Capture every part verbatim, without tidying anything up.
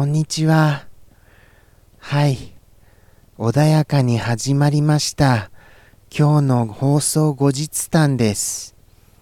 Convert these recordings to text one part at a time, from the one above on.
んにちは。はい。穏やかに始まりました。今日の放送後日談です。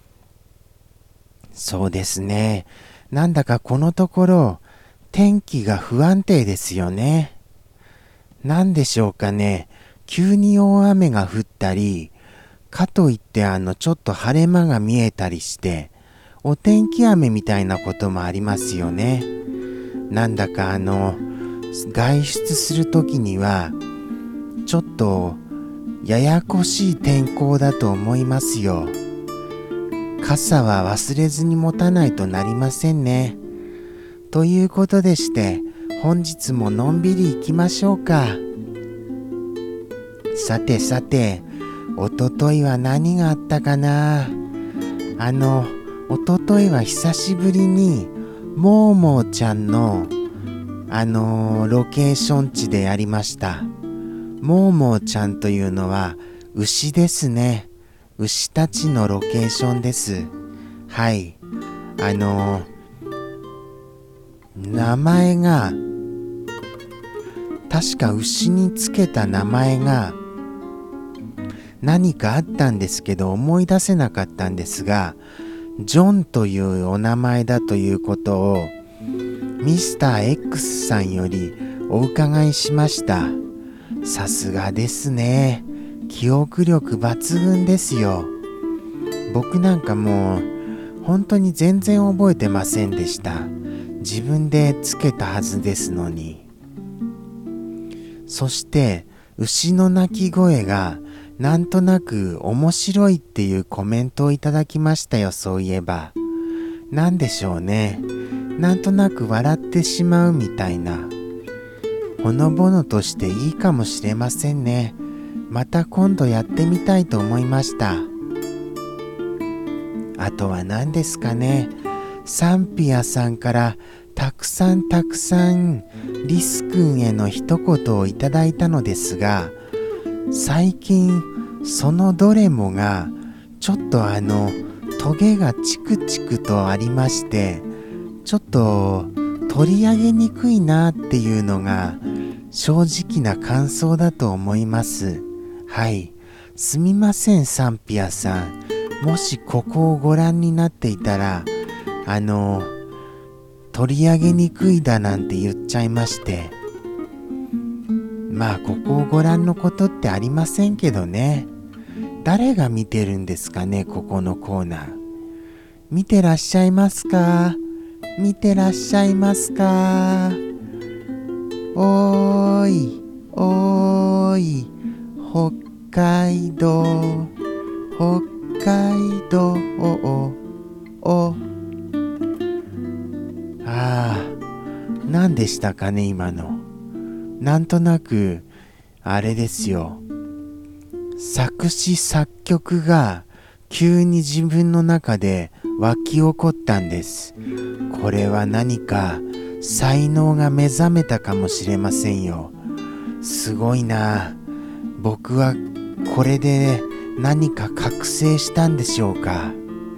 そうですね。なんだかこのところ、天気が不安定ですよね。なんでしょうかね。急に大雨が降ったり、かといってあのちょっと晴れ間が見えたりして、お天気雨みたいなこともありますよね。なんだかあの、外出するときには、ちょっとややこしい天候だと思いますよ。傘は忘れずに持たないとなりませんね。ということでして、本日ものんびり行きましょうか。さてさて、おとといは何があったかな。あの、おとといは久しぶりに、もーもーちゃんの、あのー、ロケーション地でやりました。もーもーちゃんというのは、牛ですね。牛たちのロケーションです。はい。あのー、名前が、確か牛につけた名前が、何かあったんですけど思い出せなかったんですが、ジョンというお名前だということをミスター X さんよりお伺いしました。さすがですね。記憶力抜群ですよ。僕なんかもう本当に全然覚えてませんでした。自分でつけたはずですのに。そして牛の鳴き声がなんとなく面白いっていうコメントをいただきましたよ。そういえばなんでしょうね。なんとなく笑ってしまうみたいな。ほのぼのとしていいかもしれませんね。また今度やってみたいと思いました。あとは何ですかね。サンピアさんからたくさんたくさんリス君への一言をいただいたのですが、最近そのどれもがちょっとあのトゲがチクチクとありまして、ちょっと取り上げにくいなっていうのが正直な感想だと思います。はい、すみませんサンピアさん。もしここをご覧になっていたら、あの取り上げにくいだなんて言っちゃいまして、まあここをご覧のことってありませんけどね。誰が見てるんですかね、ここのコーナー。見てらっしゃいますか？見てらっしゃいますか？おーいおーい、北海道北海道おおああ、何でしたかね今の。なんとなくあれですよ。作詞作曲が急に自分の中で湧き起こったんです。これは何か才能が目覚めたかもしれませんよ。すごいな。僕はこれで何か覚醒したんでしょうか。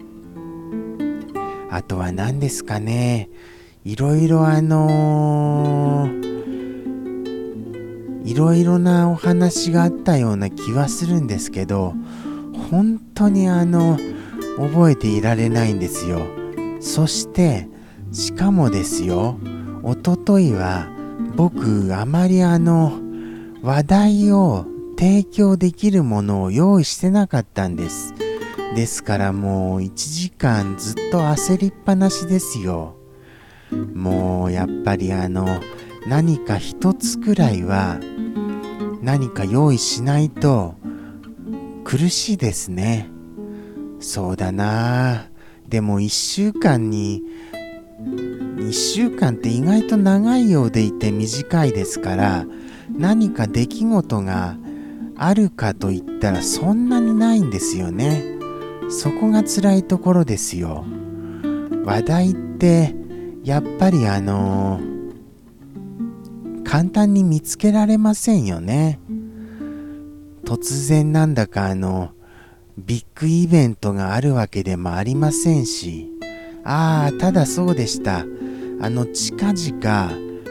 あとは何ですかね。いろいろあのーいろいろなお話があったような気はするんですけど、本当にあの覚えていられないんですよ。そしてしかもですよ、おとといは僕あまりあの話題を提供できるものを用意してなかったんです。ですからもういちじかんずっと焦りっぱなしですよ。もうやっぱりあの何か一つくらいは何か用意しないと苦しいですね。そうだな。でも一週間に一週間って意外と長いようでいて短いですから、何か出来事があるかといったらそんなにないんですよね。そこが辛いところですよ。話題ってやっぱりあのー簡単に見つけられませんよね。突然なんだかあのビッグイベントがあるわけでもありませんし、ああただそうでした。あの近々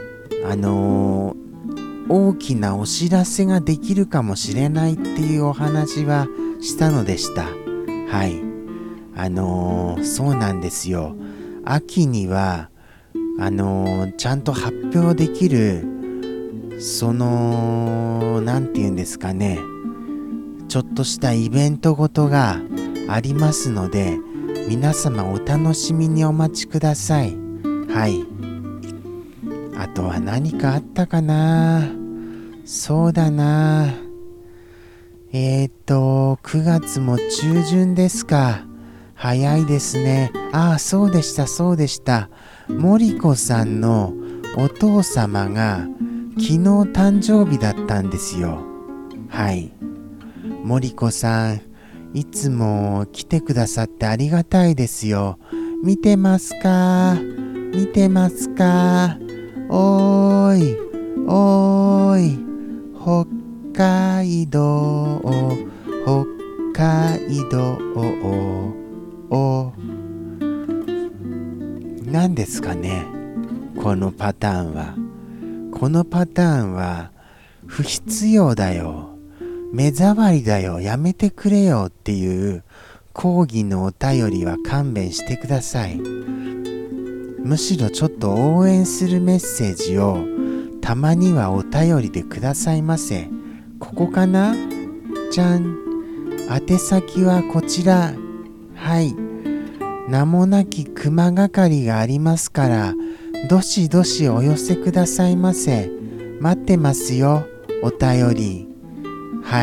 あのー大きなお知らせができるかもしれないっていうお話はしたのでした。はい。あのー、そうなんですよ。秋には、あのー、ちゃんと発表できる、その、なんていうんですかね、ちょっとしたイベントごとがありますので、皆様お楽しみにお待ちください。はい。あとは何かあったかな。そうだな。えーと、くがつも中旬ですか。早いですね。ああ、そうでした、そうでした。森子さんのお父様が昨日誕生日だったんですよ。はい。森子さん、いつも来てくださってありがたいですよ。見てますか？見てますか？おーい、おーい、北海道、北海道、お、何ですかね、このパターンは。このパターンは不必要だよ。目障りだよ。やめてくれよっていう抗議のお便りは勘弁してください。むしろちょっと応援するメッセージをたまにはお便りでくださいませ。ここかな？じゃん。宛先はこちら。はい。名もなき熊係がありますから、どしどしお寄せくださいませ。待ってますよ、お便り。はい。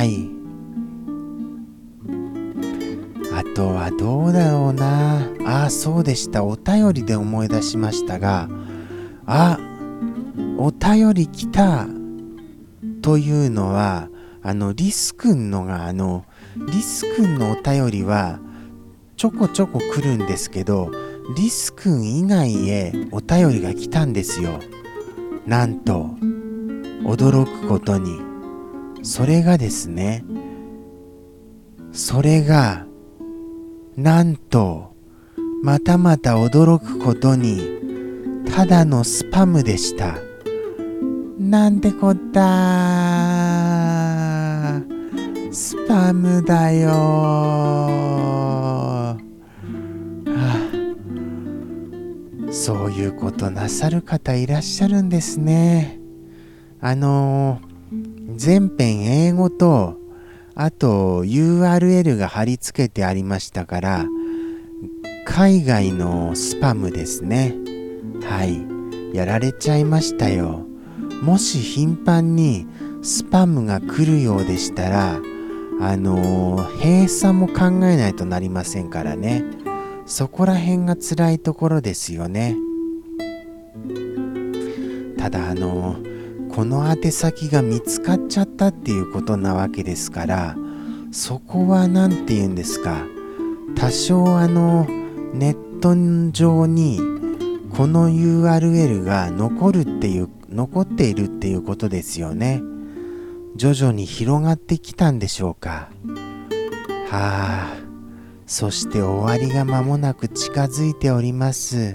あとはどうだろうな。ああ、そうでした。お便りで思い出しましたが、あ、お便り来たというのは、あの、リスくんのが、あの、リスくんのお便りは、ちょこちょこ来るんですけど、リスくん以外へお便りが来たんですよ。なんと、驚くことに。それがですね、それが、なんと、またまた驚くことに、ただのスパムでした。なんてこったー。スパムだよー。はあ、そういうことなさる方いらっしゃるんですね。あのー、全編英語と、あと ユーアールエル が貼り付けてありましたから、海外のスパムですね。はい、やられちゃいましたよ。もし頻繁にスパムが来るようでしたら、あのー、閉鎖も考えないとなりませんからね。そこら辺が辛いところですよね。ただあのーこの宛先が見つかっちゃったっていうことなわけですから、そこはなんて言うんですか、多少あのネット上にこの ユーアールエル が残るっていう残っているっていうことですよね。徐々に広がってきたんでしょうか。はあ、そして終わりが間もなく近づいております。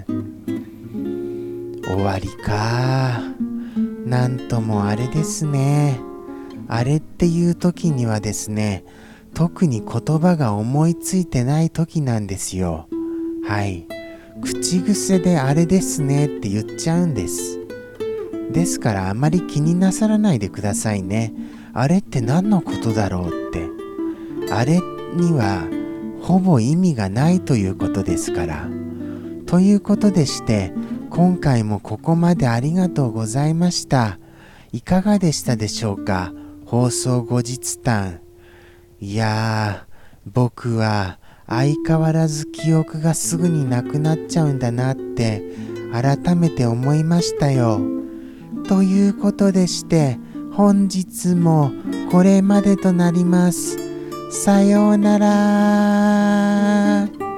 終わりか。なんともあれですね。あれっていう時にはですね、特に言葉が思いついてない時なんですよ。はい。口癖であれですねって言っちゃうんです。ですからあまり気になさらないでくださいね。あれって何のことだろうって。あれにはほぼ意味がないということですから。ということでして、今回もここまでありがとうございました。いかがでしたでしょうか、放送後日談。いやー、僕は相変わらず記憶がすぐになくなっちゃうんだなって改めて思いましたよ。ということでして、本日もこれまでとなります。さようなら。